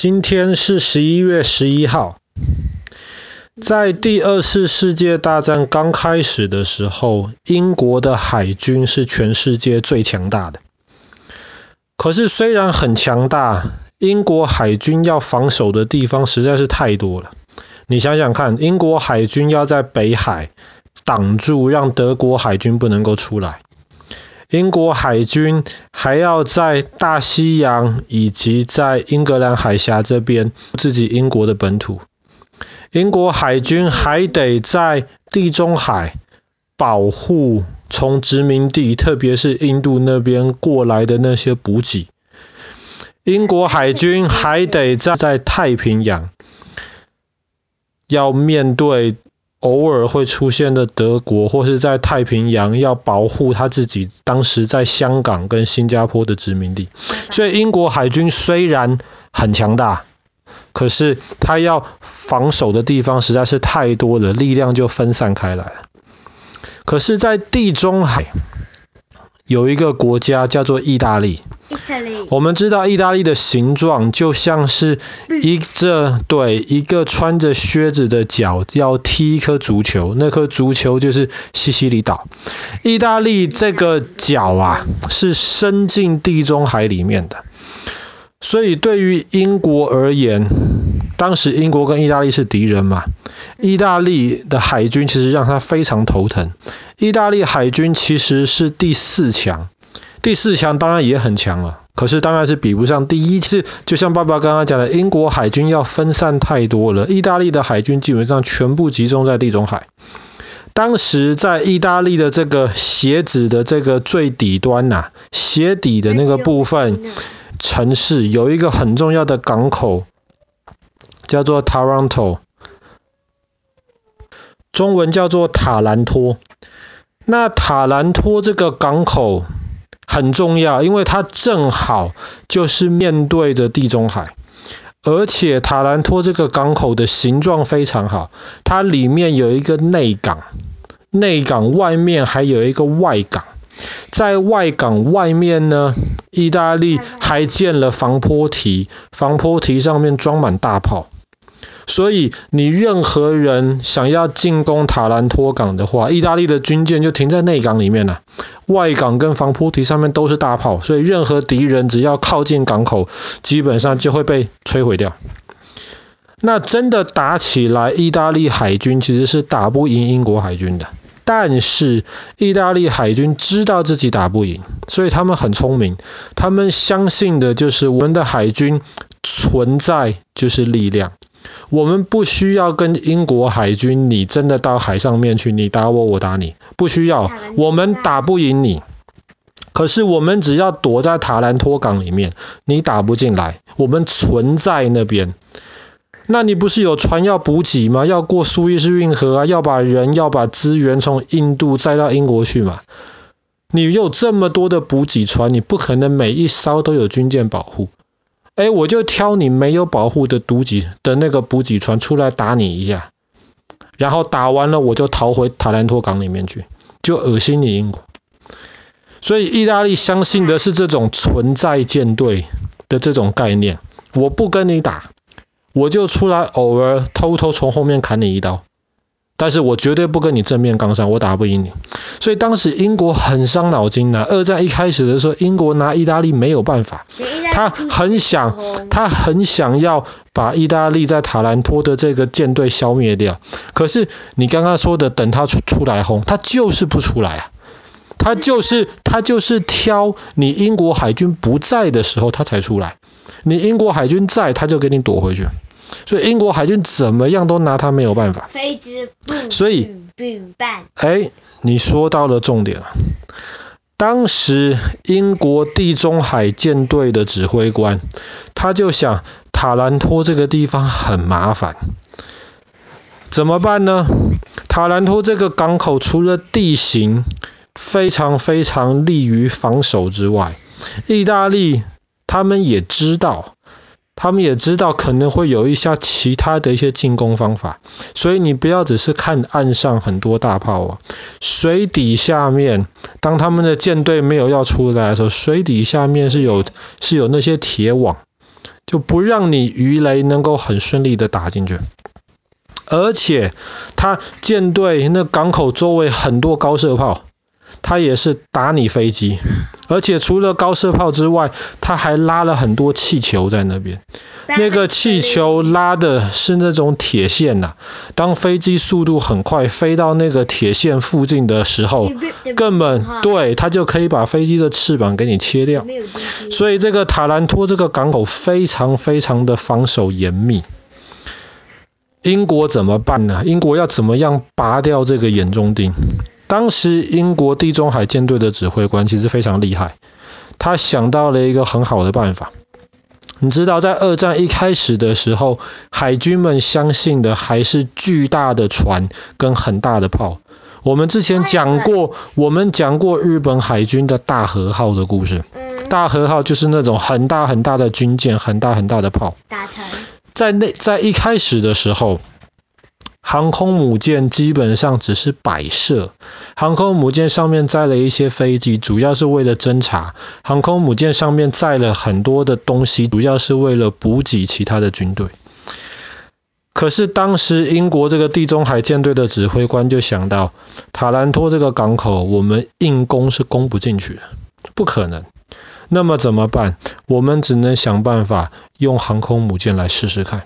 今天是11月11号。在第二次世界大战刚开始的时候，英国的海军是全世界最强大的。可是虽然很强大，英国海军要防守的地方实在是太多了。你想想看，英国海军要在北海挡住，让德国海军不能够出来。英国海军还要在大西洋以及在英格兰海峡这边自己英国的本土。英国海军还得在地中海保护从殖民地，特别是印度那边过来的那些补给。英国海军还得在太平洋要面对偶尔会出现的德国，或是在太平洋要保护他自己当时在香港跟新加坡的殖民地。所以英国海军虽然很强大，可是他要防守的地方实在是太多了，力量就分散开来了。可是在地中海有一个国家叫做意大利。我们知道意大利的形状就像是一个穿着靴子的脚要踢一颗足球，那颗足球就是西西里岛。意大利这个角是伸进地中海里面的，所以对于英国而言，当时英国跟意大利是敌人嘛，意大利的海军其实让他非常头疼。意大利海军其实是第4强，第4强当然也很强了，可是当然是比不上第一次。就像爸爸刚刚讲的，英国海军要分散太多了，意大利的海军基本上全部集中在地中海。当时在意大利的这个鞋子的这个最底端鞋底的那个部分城市有一个很重要的港口，叫做 Taranto， 中文叫做塔兰托。那塔兰托这个港口很重要，因为它正好就是面对着地中海，而且塔兰托这个港口的形状非常好，它里面有一个内港，内港外面还有一个外港。在外港外面呢，意大利还建了防波堤，防波堤上面装满大炮。所以你任何人想要进攻塔兰托港的话，意大利的军舰就停在内港里面了。外港跟防波堤上面都是大炮，所以任何敌人只要靠近港口，基本上就会被摧毁掉。那真的打起来，意大利海军其实是打不赢英国海军的。但是意大利海军知道自己打不赢，所以他们很聪明，他们相信的就是我们的海军存在就是力量。我们不需要跟英国海军你真的到海上面去，你打我我打你，不需要，我们打不赢你。可是我们只要躲在塔兰托港里面，你打不进来，我们存在那边。那你不是有船要补给吗？要过苏伊士运河要把人要把资源从印度载到英国去嘛。你有这么多的补给船，你不可能每一艘都有军舰保护。我就挑你没有保护的那个补给船出来打你一下，然后打完了我就逃回塔兰托港里面去，就恶心你英国。所以意大利相信的是这种存在舰队的这种概念，我不跟你打，我就出来偶尔偷偷从后面砍你一刀，但是我绝对不跟你正面刚上，我打不赢你。所以当时英国很伤脑筋二战一开始的时候，英国拿意大利没有办法，他很想要把意大利在塔兰托的这个舰队消灭掉。可是你刚刚说的等他出来轰，他就是不出来他就是挑你英国海军不在的时候他才出来，你英国海军在他就给你躲回去。所以英国海军怎么样都拿他没有办法。所以你说到了重点了。当时英国地中海舰队的指挥官，他就想塔兰托这个地方很麻烦，怎么办呢？塔兰托这个港口除了地形非常非常利于防守之外，意大利他们也知道可能会有一些其他的一些进攻方法，所以你不要只是看岸上很多大炮水底下面，当他们的舰队没有要出来的时候，水底下面是有那些铁网， 就不让你鱼雷能够很顺利的打进去。而且他舰队那港口周围很多高射炮，他也是打你飞机，而且除了高射炮之外，他还拉了很多气球在那边。那个气球拉的是那种铁线啊，当飞机速度很快飞到那个铁线附近的时候，根本对它就可以把飞机的翅膀给你切掉。所以这个塔兰托这个港口非常非常的防守严密。英国怎么办呢？英国要怎么样拔掉这个眼中钉？当时英国地中海舰队的指挥官其实非常厉害，他想到了一个很好的办法。你知道在二战一开始的时候，海军们相信的还是巨大的船跟很大的炮。我们之前讲过日本海军的大和号的故事。大和号就是那种很大很大的军舰，很大很大的炮。在一开始的时候，航空母舰基本上只是摆设，航空母舰上面载了一些飞机，主要是为了侦察。航空母舰上面载了很多的东西，主要是为了补给其他的军队。可是当时英国这个地中海舰队的指挥官就想到，塔兰托这个港口我们硬攻是攻不进去的，不可能。那么怎么办？我们只能想办法用航空母舰来试试看。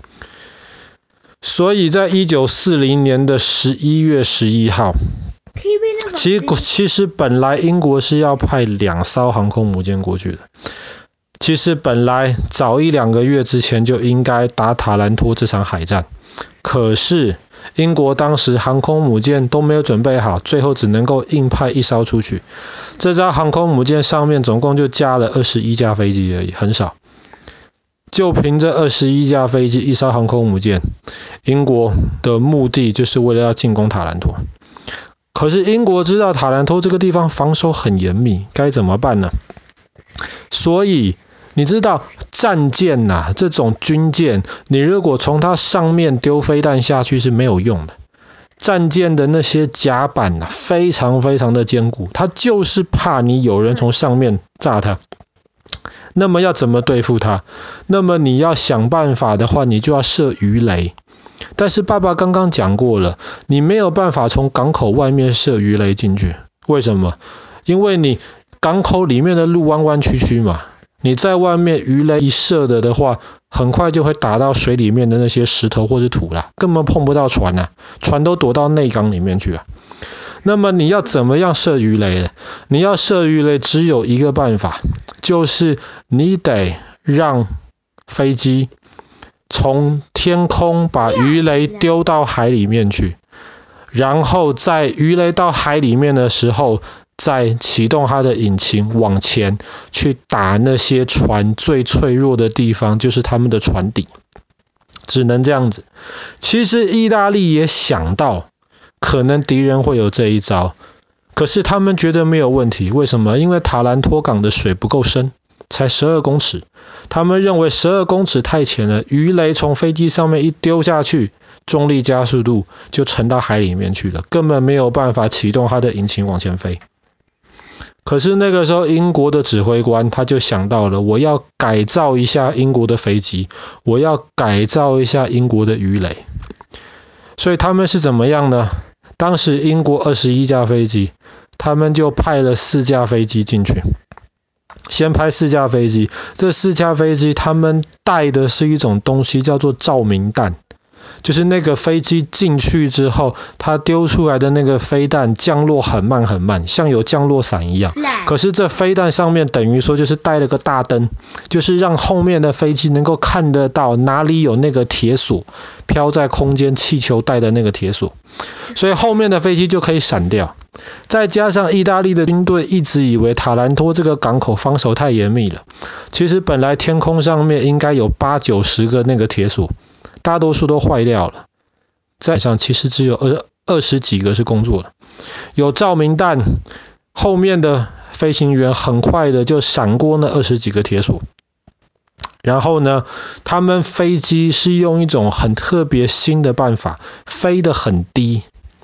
所以在1940年的11月11号，其实本来英国是要派2艘航空母舰过去的。其实本来早1-2个月之前就应该打塔兰托这场海战，可是英国当时航空母舰都没有准备好，最后只能够硬派1艘出去。这艘航空母舰上面总共就加了21架飞机而已，很少。就凭这21架飞机，1艘航空母舰，英国的目的就是为了要进攻塔兰托。可是英国知道塔兰托这个地方防守很严密，该怎么办呢？所以你知道战舰啊，这种军舰，你如果从它上面丢飞弹下去是没有用的。战舰的那些甲板啊，非常非常的坚固，它就是怕你有人从上面炸它。那么要怎么对付它？那么你要想办法的话，你就要设鱼雷。但是爸爸刚刚讲过了，你没有办法从港口外面射鱼雷进去。为什么？因为你港口里面的路弯弯曲曲嘛，你在外面鱼雷一射的话，很快就会打到水里面的那些石头或是土啦，根本碰不到船啊，船都躲到内港里面去啊。那么你要怎么样射鱼雷呢？你要射鱼雷只有一个办法，就是你得让飞机从天空把鱼雷丢到海里面去，然后在鱼雷到海里面的时候，再启动它的引擎往前去打那些船最脆弱的地方，就是他们的船底。只能这样子。其实意大利也想到可能敌人会有这一招，可是他们觉得没有问题。为什么？因为塔兰托港的水不够深，才12公尺。他们认为12公尺太浅了，鱼雷从飞机上面一丢下去，重力加速度就沉到海里面去了，根本没有办法启动它的引擎往前飞。可是那个时候英国的指挥官他就想到了，我要改造一下英国的飞机，我要改造一下英国的鱼雷。所以他们是怎么样呢？当时英国21架飞机，他们就派了4架飞机进去。先派4架飞机，这4架飞机他们带的是一种东西叫做照明弹，就是那个飞机进去之后，它丢出来的那个飞弹降落很慢很慢，像有降落伞一样。可是这飞弹上面等于说就是带了个大灯，就是让后面的飞机能够看得到哪里有那个铁索，飘在空间气球带的那个铁索，所以后面的飞机就可以闪掉。再加上意大利的军队一直以为塔兰托这个港口防守太严密了，其实本来天空上面应该有8-90个那个铁索，大多数都坏掉了，在上其实只有20几个是工作的。有照明弹，后面的飞行员很快的就闪过那20几个铁索。然后呢，他们飞机是用一种很特别新的办法，飞得很低。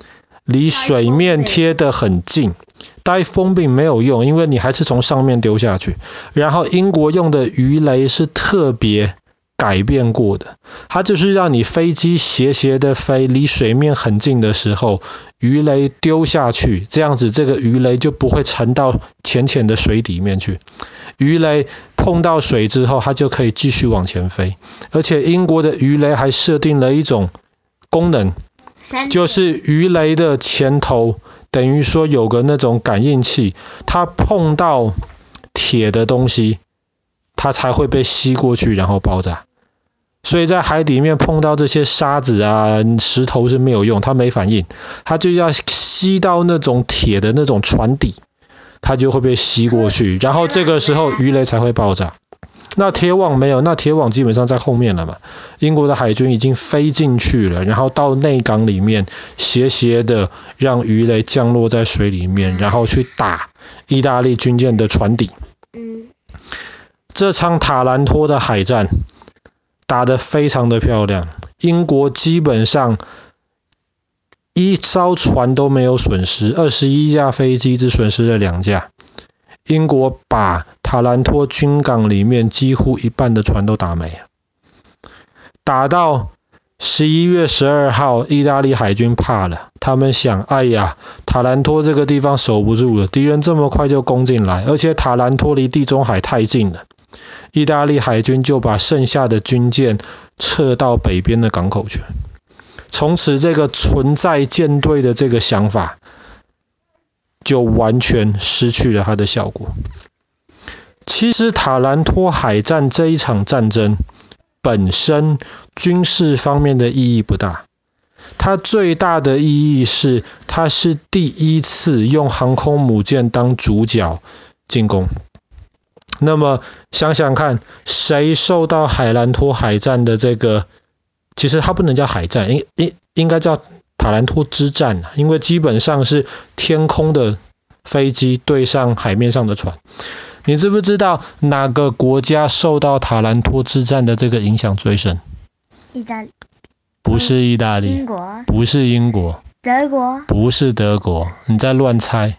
离水面贴得很近。带风柄没有用，因为你还是从上面丢下去。然后英国用的鱼雷是特别改变过的，它就是让你飞机斜斜的飞，离水面很近的时候，鱼雷丢下去，这样子这个鱼雷就不会沉到浅浅的水底面去。鱼雷碰到水之后，它就可以继续往前飞。而且英国的鱼雷还设定了一种功能，就是鱼雷的前头等于说有个那种感应器，它碰到铁的东西，它才会被吸过去然后爆炸。所以在海里面碰到这些沙子啊、石头是没有用，它没反应，它就要吸到那种铁的那种船底，它就会被吸过去，然后这个时候鱼雷才会爆炸。那铁网没有，那铁网基本上在后面了嘛。英国的海军已经飞进去了，然后到内港里面斜斜的让鱼雷降落在水里面，然后去打意大利军舰的船底。这场塔兰托的海战打得非常的漂亮，英国基本上一艘船都没有损失，21架飞机只损失了2架。英国把塔兰托军港里面几乎一半的船都打没了。打到11月12号，意大利海军怕了，他们想，哎呀，塔兰托这个地方守不住了，敌人这么快就攻进来，而且塔兰托离地中海太近了。意大利海军就把剩下的军舰撤到北边的港口去。从此这个存在舰队的这个想法就完全失去了它的效果。其实塔兰托海战这一场战争本身军事方面的意义不大，它最大的意义是它是第一次用航空母舰当主角进攻。那么想想看，谁受到海兰托海战的这个，其实它不能叫海战，应该叫塔兰托之战，因为基本上是天空的飞机对上海面上的船。你知不知道哪个国家受到塔兰托之战的这个影响最深？ 意大利。 不是意大利。 英国。 不是英国。 德国。 不是德国，你在乱猜。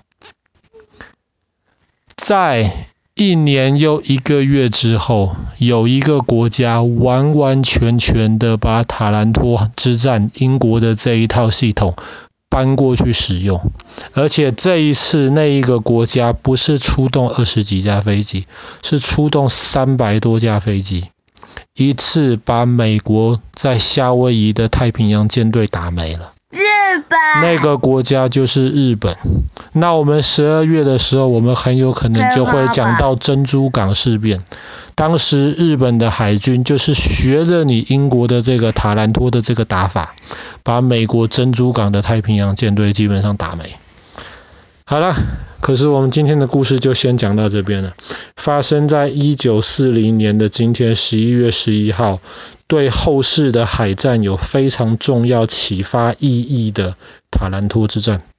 在1年又1个月之后，有一个国家完完全全的把塔兰托之战英国的这一套系统搬过去使用，而且这一次那一个国家不是出动20几架飞机，是出动300多架飞机，一次把美国在夏威夷的太平洋舰队打没了。 日本。 那个国家就是日本。那我们12月的时候，我们很有可能就会讲到珍珠港事变。当时日本的海军就是学着你英国的这个塔兰托的这个打法，把美国珍珠港的太平洋舰队基本上打没。好了，可是我们今天的故事就先讲到这边了。发生在1940年的今天11月11号，对后世的海战有非常重要启发意义的塔兰托之战。